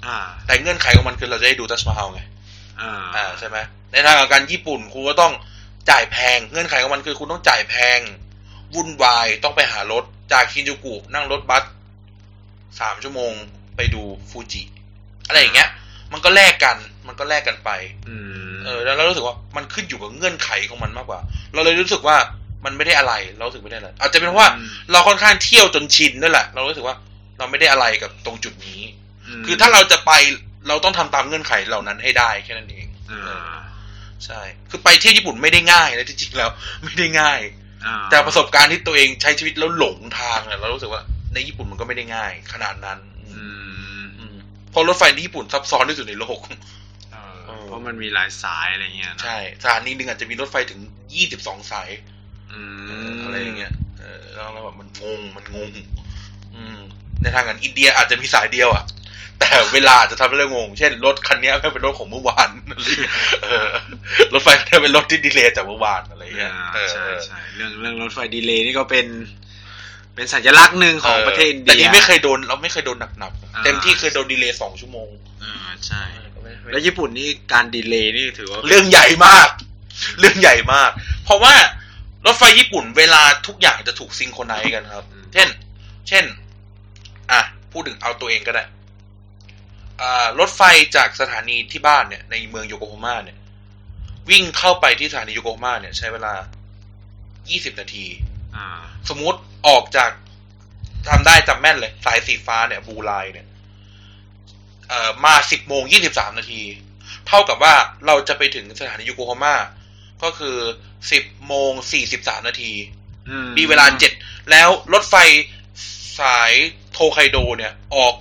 แต่เงื่อนไขของมันคือเราจะได้ดูทัชมาฮาลไงใช่ไหมในทางการญี่ปุ่นคุณก็ต้องจ่ายแพงเงื่อนไขของมันคือคุณต้องจ่ายแพงวุ่นวายต้องไปหารถจากชินจูกุนั่งรถบัส3 ชั่วโมงไปดูฟูจิอะไรอย่างเงี้ยมันก็แลกกันไปแล้วเรารู้สึกว่ามันขึ้นอยู่กับเงื่อนไขของมันมากกว่าเราเลยรู้สึกว่ามันไม่ได้อะไรเรารู้สึกไม่ได้อะไรอาจจะเป็นเพราะว่าเราค่อนข้างเที่ยวจนชินด้วยแหละเรารู้สึกว่าเราไม่ได้อะไรกับตรงจุดนี้คือถ้าเราจะไปเราต้องทำตามเงื่อนไขเหล่านั้นให้ได้แค่นั้นเองใช่คือไปเที่ยวญี่ปุ่นไม่ได้ง่ายนะจริงๆแล้วไม่ได้ง่ายแต่ประสบการณ์ที่ตัวเองใช้ชีวิตแล้วหลงทางเนี่ยเรารู้สึกว่าในญี่ปุ่นมันก็ไม่ได้ง่ายขนาดนั้นเพราะรถไฟที่ญี่ปุ่นซับซ้อนที่สุดในโลกเพราะมันมีหลายสายอะไรเงี้ยใช่สถานีนึงอาจจะมีรถไฟถึง22 สายอะไรอย่างเงี้ยแล้วแบบมันงงในทางการอินเดียอาจจะมีสายเดียวอ่ะแต่เวลาจะทำให้เรางงเช่นรถคันนี้เป็นรถของเมื่อวานรถไฟเป็นรถที่ดีเลย์จากเมื่อวานอะไรเงี้ยใช่เรื่องรถไฟดีเลย์นี่ก็เป็นสัญลักษณ์หนึ่งของประเทศอินเดียแต่นี่ไม่เคยโดนหนักเต็มที่เคยโดนดีเลย์2 ชั่วโมงใช่แล้วญี่ปุ่นนี่การดีเลย์นี่ถือว่าเรื่องใหญ่มากเพราะว่ารถไฟญี่ปุ่นเวลาทุกอย่างจะถูกซิงโครไนซ์กันครับเช่นพูดถึงเอาตัวเองก็ได้รถไฟจากสถานีที่บ้านเนี่ยในเมืองโยโกฮาม่าเนี่ยวิ่งเข้าไปที่สถานีโยโกฮาม่าเนี่ยใช้เวลา20 นาทีสมมุติออกจากทำได้จำแม่นเลยสายสีฟ้าเนี่ยบูไลเนี่ยมา10:23 นาทีเท่ากับว่าเราจะไปถึงสถานีโยโกฮาม่าก็คือ10:43 นาทีมีเวลา7แล้วรถไฟสายโทไคโดเนี่ยออก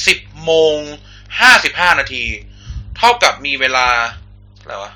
10:55 นาทีเท่ากับมีเวลาอะไรวะ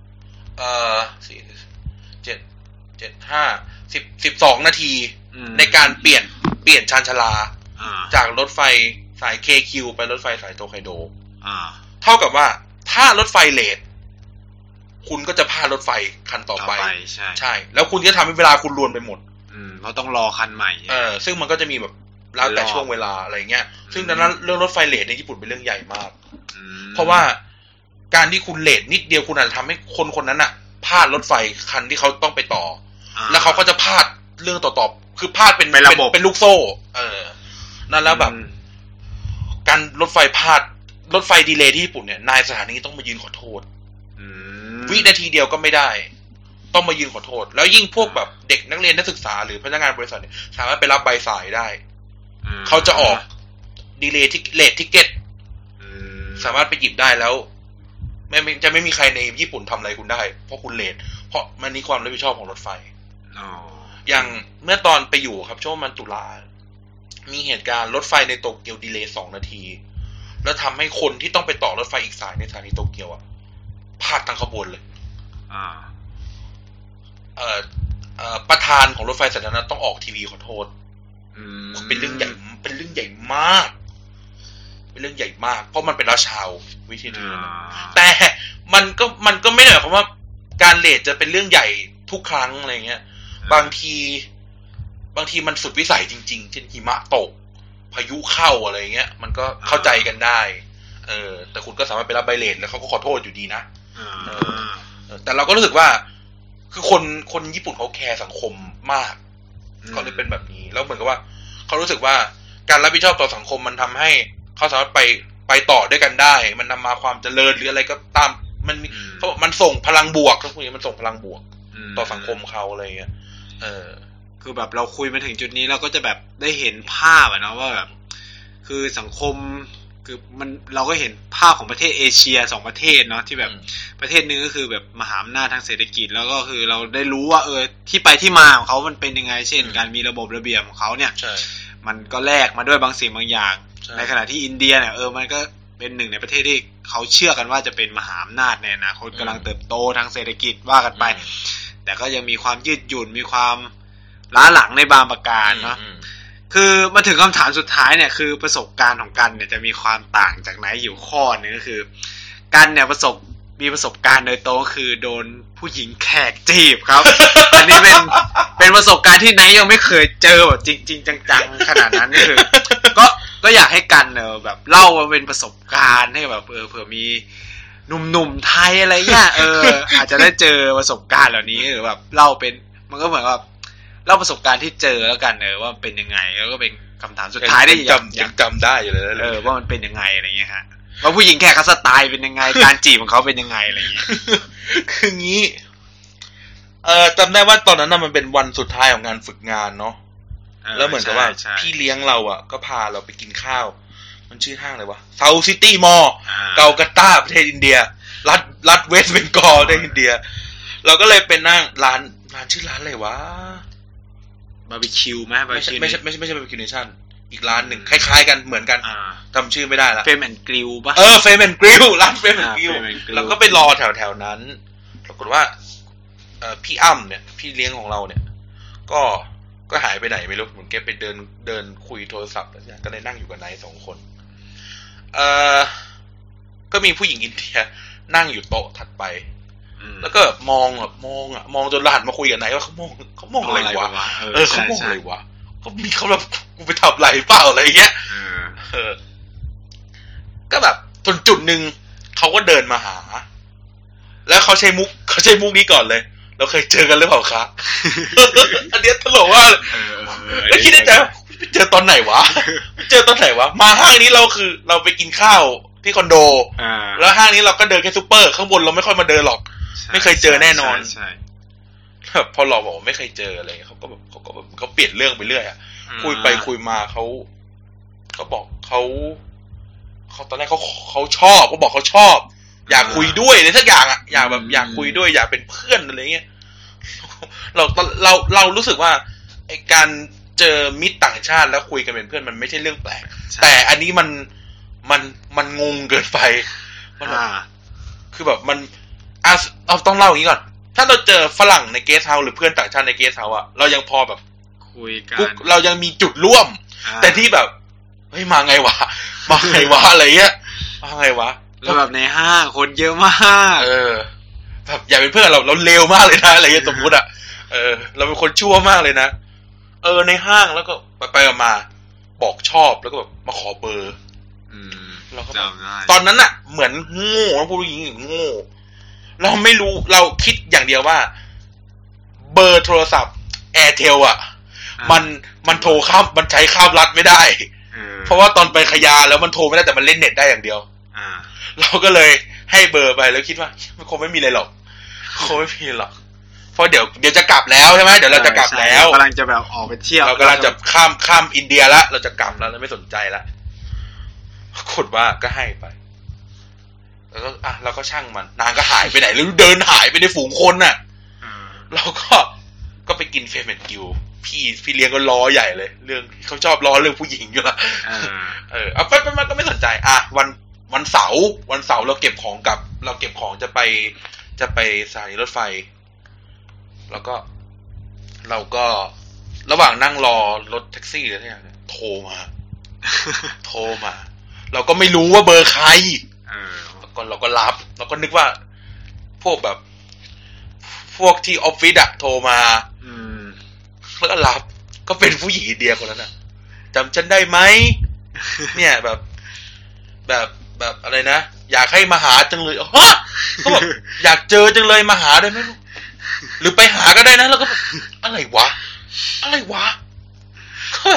12 นาทีในการเปลี่ยนชานชาลาจากรถไฟสาย KQ ไปรถไฟสายโตไคโดเท่ากับว่าถ้ารถไฟเลทคุณก็จะพลาดรถไฟคันต่อไปใช่แล้วคุณจะทำให้เวลาคุณรวนไปหมดเราต้องรอคันใหม่ซึ่งมันก็จะมีแบบแล้วแต่ช่วงเวลาอะไรเงี้ยซึ่งดังนั้นเรื่องรถไฟเลทในญี่ปุ่นเป็นเรื่องใหญ่มากเพราะว่าการที่คุณเลทนิดเดียวคุณอาจจะทำให้คนนั้นน่ะพลาดรถไฟคันที่เขาต้องไปต่อแล้วเขาก็จะพลาดเรื่องต่อคือพลาดเป็นระบบเป็นลูกโซ่นั่นแล้วแบบการรถไฟพลาดรถไฟดีเลย์ที่ญี่ปุ่นเนี่ยนายสถานีต้องมายืนขอโทษวินาทีเดียวก็ไม่ได้ต้องมายืนขอโทษแล้วยิ่งพวกแบบเด็กนักเรียนนักศึกษาหรือพนักงานบริษัทเนี่ยสามารถไปรับใบสายได้เขาจะออกดีเลย์ที่เลททิกเก็ตสามารถไปหยิบได้แล้วไม่มีใครในญี่ปุ่นทำอะไรคุณได้เพราะคุณเลทเพราะมันนี่ความรับผิดชอบของรถไฟอย่างเมื่อตอนไปอยู่ครับช่วงมันตุลามีเหตุการณ์รถไฟในโตเกียวดีเลย์2 นาทีแล้วทำให้คนที่ต้องไปต่อรถไฟอีกสายในสถานีโตเกียวพลาดทั้งขบวนเลยประธานของรถไฟสายนั้นต้องออกทีวีขอโทษเป็นเรื่องใหญ่มากเพราะมันเป็นราชาววิธีนี้แต่มันก็ไม่ได้หมายความว่าการเลทจะเป็นเรื่องใหญ่ทุกครั้งอะไรเงี้ยบางทีมันสุดวิสัยจริงๆเช่นหิมะตกพายุเข้าอะไรเงี้ยมันก็เข้าใจกันได้แต่คุณก็สามารถไปรับใบเลทแล้วเขาก็ขอโทษอยู่ดีนะแต่เราก็รู้สึกว่าคือคนญี่ปุ่นเขาแคร์สังคมมากเขาเลยเป็นแบบนี้แล้วเหมือนกับว่าเขารู้สึกว่าการรับผิดชอบต่อสังคมมันทำให้เขาสามารถไปต่อด้วยกันได้มันนำมาความเจริญหรืออะไรก็ตามมันส่งพลังบวกก็คุยมันส่งพลังบวกต่อสังคมเขาอะไรเงี้ยคือแบบเราคุยมาถึงจุดนี้เราก็จะแบบได้เห็นภาพอะเนาะว่าแบบคือสังคมคือเราก็เห็นภาพของประเทศเอเชีย2 ประเทศเนาะที่แบบประเทศนึงก็คือแบบมหาอำนาจทางเศรษฐกิจแล้วก็คือเราได้รู้ว่าที่ไปที่มาของเขามันเป็นยังไงเช่นการมีระบบระเบียบของเขาเนี่ยมันก็แลกมาด้วยบางสิ่งบางอย่างในขณะที่อินเดียเนี่ยมันก็เป็นหนึ่งในประเทศที่เขาเชื่อกันว่าจะเป็นมหาอำนาจในอนาคตกำลังเติบโตทางเศรษฐกิจว่ากันไปแต่ก็ยังมีความยืดหยุ่นมีความล้าหลังในบางประการเนาะคือมาถึงคำถามสุดท้ายเนี่ยคือประสบการณ์ของกันเนี่ยจะมีความต่างจากไหนอยู่ข้อนึงก็คือกันเนี่ยมีประสบการณ์โดยตรงก็คือโดนผู้หญิงแขกจีบครับ อันนี้เป็นประสบการณ์ที่ไหนยังไม่เคยเจอแบบจริงๆจังๆขนาดนั้นคือก็ก็อยากให้กันแบบเล่าเป็นประสบการณ์ให้แบบเผื่อมีหนุ่มๆไทยอะไรเงี้ยอาจจะได้เจอประสบการณ์เหล่านี้หรือแบบเล่าเป็นมันก็เหมือนว่าเล่าประสบการณ์ที่เจอแล้วกันว่าเป็นยังไงแล้วก็เป็นคำถามสุดท้ายได้ยังจำได้อยู่เลยว่ามันเป็นยังไงอะไรเงี้ยฮะว่าผู้หญิงแขกสไตล์เป็นยังไงการจีบของเขาเป็นยังไงอะไรเงี้ยคืองี้จำได้ว่าตอนนั้นมันเป็นวันสุดท้ายของงานฝึกงานเนาะแล้วเหมือนกับว่าพี่เลี้ยงเราอ่ะก็พาเราไปกินข้าวมันชื่อห้างอะไรวะเซาท์ซิตี้มอลล์เกากัตตาประเทศอินเดียรัฐเวสต์เบงกอลประเทศอินเดียเราก็เลยเป็นนั่งร้านชื่อร้านอะไรวะบาร์บีคิวไหมไม่ใช่บาร์บีคิวเนชั่นอีกร้านหนึ่งคล้ายๆกันเหมือนกันจำชื่อไม่ได้ละเฟรมแอนด์กริลป่ะเฟรมแอนด์กริลร้านเฟรมแอนด์กริลเราก็ไปรอแถวนั้นปรากฏว่าพี่อ้ำเนี่ยพี่เลี้ยงของเราเนี่ยก็หายไปไหนไม่รู้เหมือนแกไปเดินคุยโทรศัพท์แล้วก็เลยนั่งอยู่กับนาย2 คนก็มีผู้หญิงอินเดียนั่งอยู่โต๊ะถัดไปแล้วก็มองจนหันมาคุยกับนายว่าเขามองอะไรวะเขามองอะไรวะเขามีเขาแบบกูไปทำอะไรเปล่าอะไรเงี้ยก็แบบจนจุดหนึ่งเขาก็เดินมาหาแล้วเขาใช้มุกนี้ก่อนเลยเราเคยเจอกันหรือเปล่าคะอันนี้ตลกว่าแล้วคิดในใจว่าเจอตอนไหนวะมาห้างนี้เราไปกินข้าวที่คอนโดแล้วห้างนี้เราก็เดินแค่ซุปเปอร์ข้างบนเราไม่ค่อยมาเดินหรอกไม่เคยเจอแน่นอนพอเราบอกไม่เคยเจออะไรเขาเปลี่ยนเรื่องไปเรื่อยอ่ะคุยไปคุยมาเขาบอกเขาตอนแรกเขาชอบเขาบอกเขาชอบอยากคุยด้วยอะไรสักอย่างอ่ะอยากคุยด้วยอยากเป็นเพื่อนอะไรเงี้ยเรารู้สึกว่าไอ้การเจอมิตรต่างชาติแล้วคุยกันเป็นเพื่อนมันไม่ใช่เรื่องแปลกแต่อันนี้มันงงเกินไปมันคือแบบมันเอาต้องเล่าอย่างนี้ก่อนถ้าเราเจอฝรั่งในเกสต์เฮาส์หรือเพื่อนต่างชาติในเกสต์เฮาส์อ่ะเรายังพอแบบคุยกันเรายังมีจุดร่วมแต่ที่แบบเฮ้ยมาไงวะอะไรเงี้ยมาไงวะแล้วแบบในห้างคนเยอะมากแบบอย่าเป็นเพื่อนเราเลวมากเลยนะอะไรเงี้ยสมมุติอ่ะเราเป็นคนชั่วมากเลยนะในห้างแล้วก็ไปมาบอกชอบแล้วก็แบบมาขอเบอร์เราก็ตอนนั้นอ่ะเหมือนโง่นะผู้หญิงโง่เราไม่รู้เราคิดอย่างเดียวว่าเบอร์โทรศัพท์ Airtel อ่ะมันโทรข้ามมันใช้ข้ามรัฐไม่ได้เพราะว่าตอนไปขยาแล้วมันโทรไม่ได้แต่มันเล่นเน็ตได้อย่างเดียวเราก็เลยให้เบอร์ไปแล้วคิดว่ามันคงไม่มีอะไรหรอกเพราะเดี๋ยวจะกลับแล้วใช่ไหมเดี๋ยวเราจะกลับแล้วกำลังจะแบบออกไปเที่ยวเรากำลังจะข้ามอินเดียแล้วเราจะกลับแล้วเราไม่สนใจแล้วปรากฏว่าก็ให้ไปแล้วก็เราก็ช่างมันนางก็หายไปไหนแล้วเดินหายไปในฝูงคนน่ะเราก็ไปกินเฟรมแอนด์กิลพี่เลี้ยงก็ล้อใหญ่เลยเรื่องเขาชอบล้อเรื่องผู้หญิงอยู่ละเอาไปมาก็ไม่สนใจวันเสาร์เราเก็บของจะไปสถานีรถไฟแล้วก็เราก็ระหว่างนั่งรอรถแท็กซี่อะไรอย่างเงี้ยโทรมาเราก็ไม่รู้ว่าเบอร์ใครเราก็รับเราก็นึกว่าพวกที่ออฟฟิศอะโทรมาแล้วก็รับก็เป็นผู้หญิงอินเดียคนนั้นน่ะจำฉันได้ไหมเนี่ยแบบอะไรนะอยากให้มาหาจังเลยฮะเขาบอกอยากเจอจังเลยมาหาได้ไหมหรือไปหาก็ได้นะแล้วก็อะไรวะก็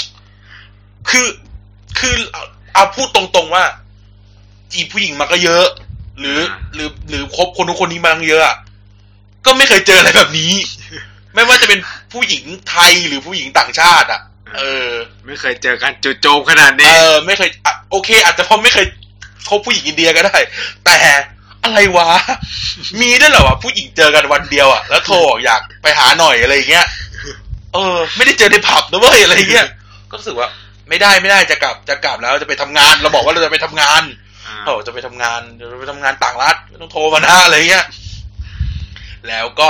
คือเอาพูดตรงๆว่าจีบผู้หญิงมาก็เยอะหรือคบคนทุกคนนี้มาเยอะก็ไม่เคยเจออะไรแบบนี้ไม่ว่าจะเป็นผู้หญิงไทยหรือผู้หญิงต่างชาติอ่ะไม่เคยเจอกันจู่โจมขนาดนี้ไม่เคยโอเคอาจจะเพราะไม่เคยคบผู้หญิงอินเดียก็ได้แต่อะไรวะมีด้วยเหรอวะผู้หญิงเจอกันวันเดียวอ่ะแล้วโทรอยากไปหาหน่อยอะไรอย่างเงี้ยไม่ได้เจอในผับนะเว้ยอะไรเงี้ยก็รู้สึกว่าไม่ได้จะกลับแล้วจะไปทำงานเราบอกว่าเราจะไปทำงานจะไปทำงานต่างรัฐไม่ต้องโทรมานะอะไรเงี้ยแล้วก็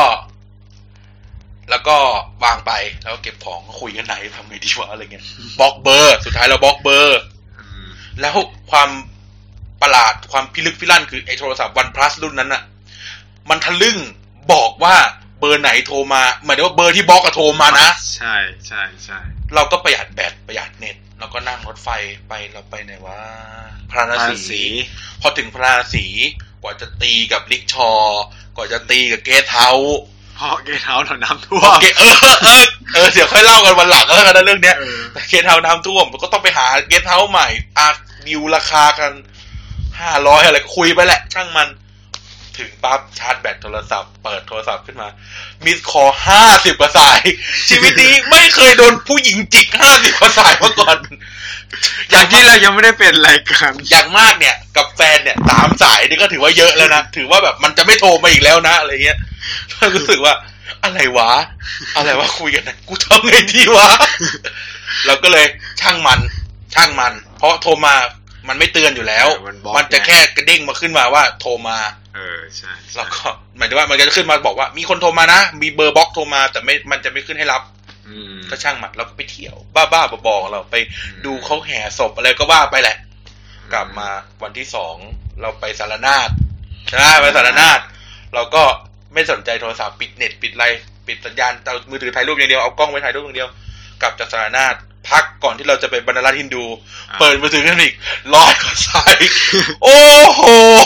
วางไปแล้วเก็บของคุยกันไหนทำไงดีวะอะไรเงี้ยบล็อกเบอร์สุดท้ายเราบล็อกเบอร์แล้วความประหลาดความพิลึกพิลั่นคือไอ้โทรศัพท์ OnePlus รุ่นนั้นน่ะมันทะลึ่งบอกว่าเบอร์ไหนโทรมาหมายถึงว่าเบอร์ที่บล็อกอะโทรมานะใช่เราก็ประหยัดแบตประหยัดเน็ตเราก็นั่งรถไฟไปเราไปไหนวะพาราณสีพอถึงพาราณสีกว่าจะตีกับลิกชอกว่าจะตีกับเกสเฮาส์เพราะเกสเฮาส์น้ำท่วมเดี๋ยวค่อยเล่ากันวันหลังแล้วกันนะเรื่องเนี้ยแต่เกสเฮาส์น้ำท่วมก็ต้องไปหาเกสเฮาส์ใหม่ดิวราคากัน500อะไรก็คุยไปแหละช่างมันถึงปั๊บชาร์จแบตโทรศัพท์เปิดโทรศัพท์ขึ้นมามิสคอล50กว่าสายชีวิตนี้ไม่เคยโดนผู้หญิงจิก50กว่าสายมาก่อนอย่างที่เรายังไม่ได้เป็นรายการอย่างมากเนี่ยกับแฟนเนี่ย3สายนี่ก็ถือว่าเยอะแล้วนะถือว่าแบบมันจะไม่โทรมาอีกแล้วนะอะไรเงี้ยรู้สึกว่าอะไรวะคุยกันนะกูทำไงดีวะเราก็เลยช่างมันเพราะโทรมามันไม่เตือนอยู่แล้วมันจะแค่กระเด้งมาขึ้นมาว่าโทรมาใช่แล้วก็หมายถึงว่ามันจะขึ้นมาบอกว่ามีคนโทรมานะมีเบอร์บล็อกโทรมาแต่มันจะไม่ขึ้นให้รับก็ช่างมันเราก็ไปเที่ยวบ้าๆบอๆเราไปดูเขาแห่ศพอะไรก็ว่าไปแหละกลับมาวันที่2เราไปสารนาถใช่ไปสารนาถเราก็ไม่สนใจโทรศัพท์ปิดเน็ตปิดอะไรปิดสัญญาณเอามือถือถ่ายรูปอย่างเดียวเอากล้องไว้ถ่ายรูปอย่างเดียวกลับจากสารนาถพักก่อนที่เราจะไปบรรลัยฮินดูเปิดมือถือขึ้นอีก100กว่าสายโอ้โห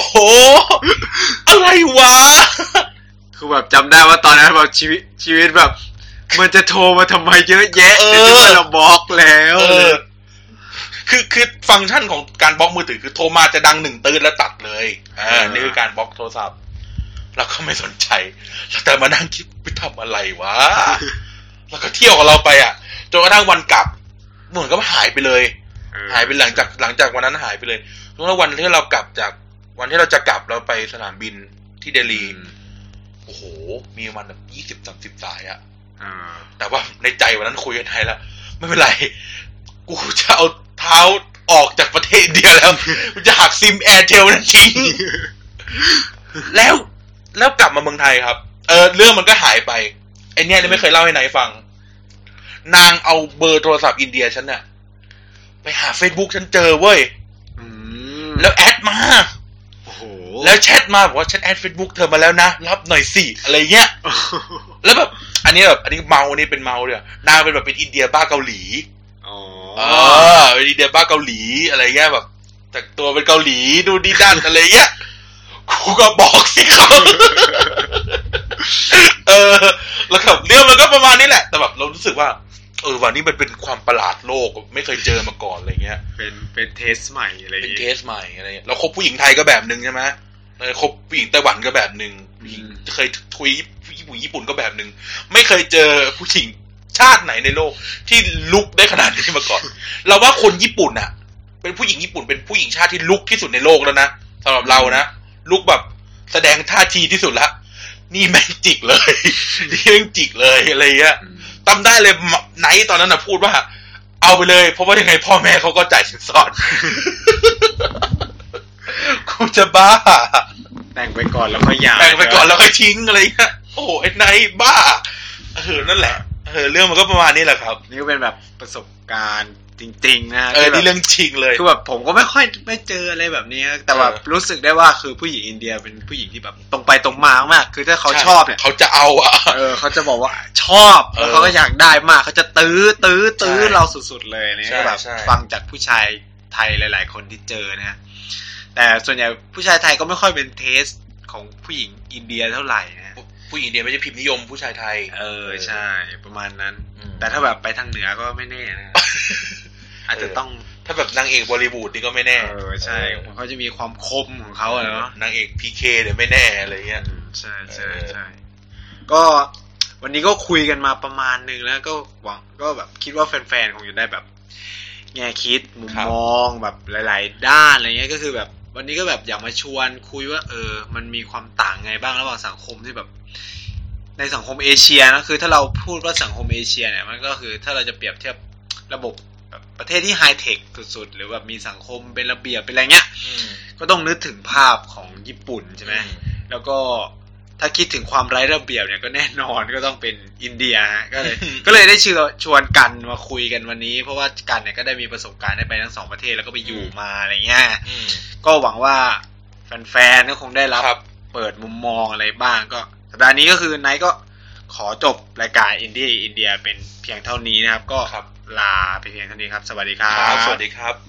อะไรวะคือแบบจำได้ว่าตอนนั้นแบบชีวิตแบบมันจะโทรมาทำไมเยอะแยะเราบล็อกแล้วคือฟังก์ชันของการบล็อกมือถือคือโทรมาจะดัง1ตื้นแล้วตัดเลยนี่คือการบล็อกโทรศัพท์เราก็ไม่สนใจแต่มานั่งคิดไปทำอะไรวะแล้วก็เที่ยวกับเราไปอ่ะจนกระทั่งวันกลับเหมือนก็หายไปเลยหายไปหลังจากวันนั้นหายไปเลยแล้ววันที่เรากลับจากวันที่เราจะกลับเราไปสนามบินที่เดลีโอ้โหมีมันแบบ20-30สายอ่ะแต่ว่าในใจวันนั้นคุยกันไทยแล้วไม่เป็นไรกูจะเอาเท้าออกจากประเทศอินเดียแล้วกูจะหักซิมแอร์เทลนั้นทิ้งแล้วกลับมาเมืองไทยครับเรื่องมันก็หายไปไอเนี้ยไม่เคยเล่าให้ไหนฟังนางเอาเบอร์โทรศัพท์อินเดียฉันน่ะไปหา Facebook ฉันเจอเว้ยแล้วแอดมาโอ้โหแล้วแชทมาบอกว่าฉันแอด Facebook เธอมาแล้วนะรับหน่อยสิอะไรเงี้ยแล้วแบบอันนี้เมานี่เป็นเมาเลยนางเป็นแบบเป็นอินเดียบ้าเกาหลีเป็นอินเดียบ้าเกาหลีอะไรเงี้ยแบบแต่งตัวเป็นเกาหลีดูดีดันอะไรเงี้ยกูก็บอกสิเขาแล้วแบบเรื่องมันก็ประมาณนี้แหละแต่แบบเรารู้สึกว่าวันนี้มันเป็นความประหลาดโลกไม่เคยเจอมาก่อนอะไรเงี้ยเป็นเทสใหม่อะไรเป็นเทสใหม่อะไรเราคบผู้หญิงไทยก็แบบนึงใช่ไหมคบผู้หญิงไต้หวันก็แบบนึงเคยคุยญี่ปุ่นก็แบบนึงไม่เคยเจอผู้หญิงชาติไหนในโลกที่ลุกได้ขนาดนี้มาก่อนเราว่าคนญี่ปุ่นอ่ะเป็นผู้หญิงญี่ปุ่นเป็นผู้หญิงชาติที่ลุกที่สุดในโลกแล้วนะสำหรับเรานะลุกแบบแสดงท่าทีที่สุดละนี่แม่งจิกเลยนี่แม่งจิกเลยอะไรเงี้ยจำได้เลยไนท์ตอนนั้นน่ะพูดว่าเอาไปเลยเพราะว่ายังไงพ่อแม่เขาก็จ่ายสินสอดกูจะบ้าแต่งไปก่อนแล้วก็หย่าแต่งไปก่อนแล้วก็ทิ้งอะไรเงี้ยโอ้โหไอ้ไนท์บ้านั่นแหละเรื่องมันก็ประมาณนี้แหละครับนี่ก็เป็นแบบประสบการณ์จริงๆนะนี่เรื่องจริงเลยคือแบบผมก็ไม่เจออะไรแบบนี้แต่แบบรู้สึกได้ว่าคือผู้หญิงอินเดียเป็นผู้หญิงที่แบบตรงไปตรงมามากคือถ้าเขาชอบเนี่ยเขาจะเอาเขาจะบอกว่าชอบแล้วเขาก็อยากได้มากเขาจะตื้อเราสุดๆเลยนี่แบบฟังจากผู้ชายไทยหลายๆคนที่เจอนะแต่ส่วนใหญ่ผู้ชายไทยก็ไม่ค่อยเป็นเทสของผู้หญิงอินเดียเท่าไหร่นะผู้หญิงอินเดียไม่ใช่พิมพ์นิยมผู้ชายไทยใช่ประมาณนั้นแต่ถ้าแบบไปทางเหนือก็ไม่แน่นะอาจจะต้องถ้าแบบนางเอกบอลิวูดนี่ก็ไม่แน่ใช่เขาจะมีความคมของเขาเนาะนางเอกพีเคเดี๋ยวไม่แน่อะไรเงี้ยใช่ก็วันนี้ก็คุยกันมาประมาณนึงแล้วก็หวังก็แบบคิดว่าแฟนๆคงจะได้แบบแง่คิดมุมมองแบบหลายๆด้านอะไรเงี้ยก็คือแบบวันนี้ก็แบบอยากมาชวนคุยว่ามันมีความต่างไงบ้างระหว่างสังคมที่แบบในสังคมเอเชียนะคือถ้าเราพูดว่าสังคมเอเชียเนี่ยมันก็คือถ้าเราจะเปรียบเทียบระบบประเทศที่ไฮเทคสุดๆหรือแบบมีสังคมเป็นระเบียบเป็นอะไรเงี้ยก็ต้องนึกถึงภาพของญี่ปุ่นใช่ไหมแล้วก็ถ้าคิดถึงความไร้ระเบียบเนี่ยก็แน่นอนก็ต้องเป็นอินเดียก็เลยได้ชวนกันมาคุยกันวันนี้เพราะว่ากันเนี่ยก็ได้มีประสบการณ์ได้ไปทั้ง2ประเทศแล้วก็ไปอยู่มาอะไรเงี้ยก็หวังว่าแฟนๆก็คงได้รับเปิดมุมมองอะไรบ้างก็สัปดาห์นี้ก็คือไนท์ก็ขอจบรายการอินเดียเป็นเพียงเท่านี้นะครับก็ลาไปเพียงเท่านี้ครับสวัสดีครัครับบสวัสดีครับ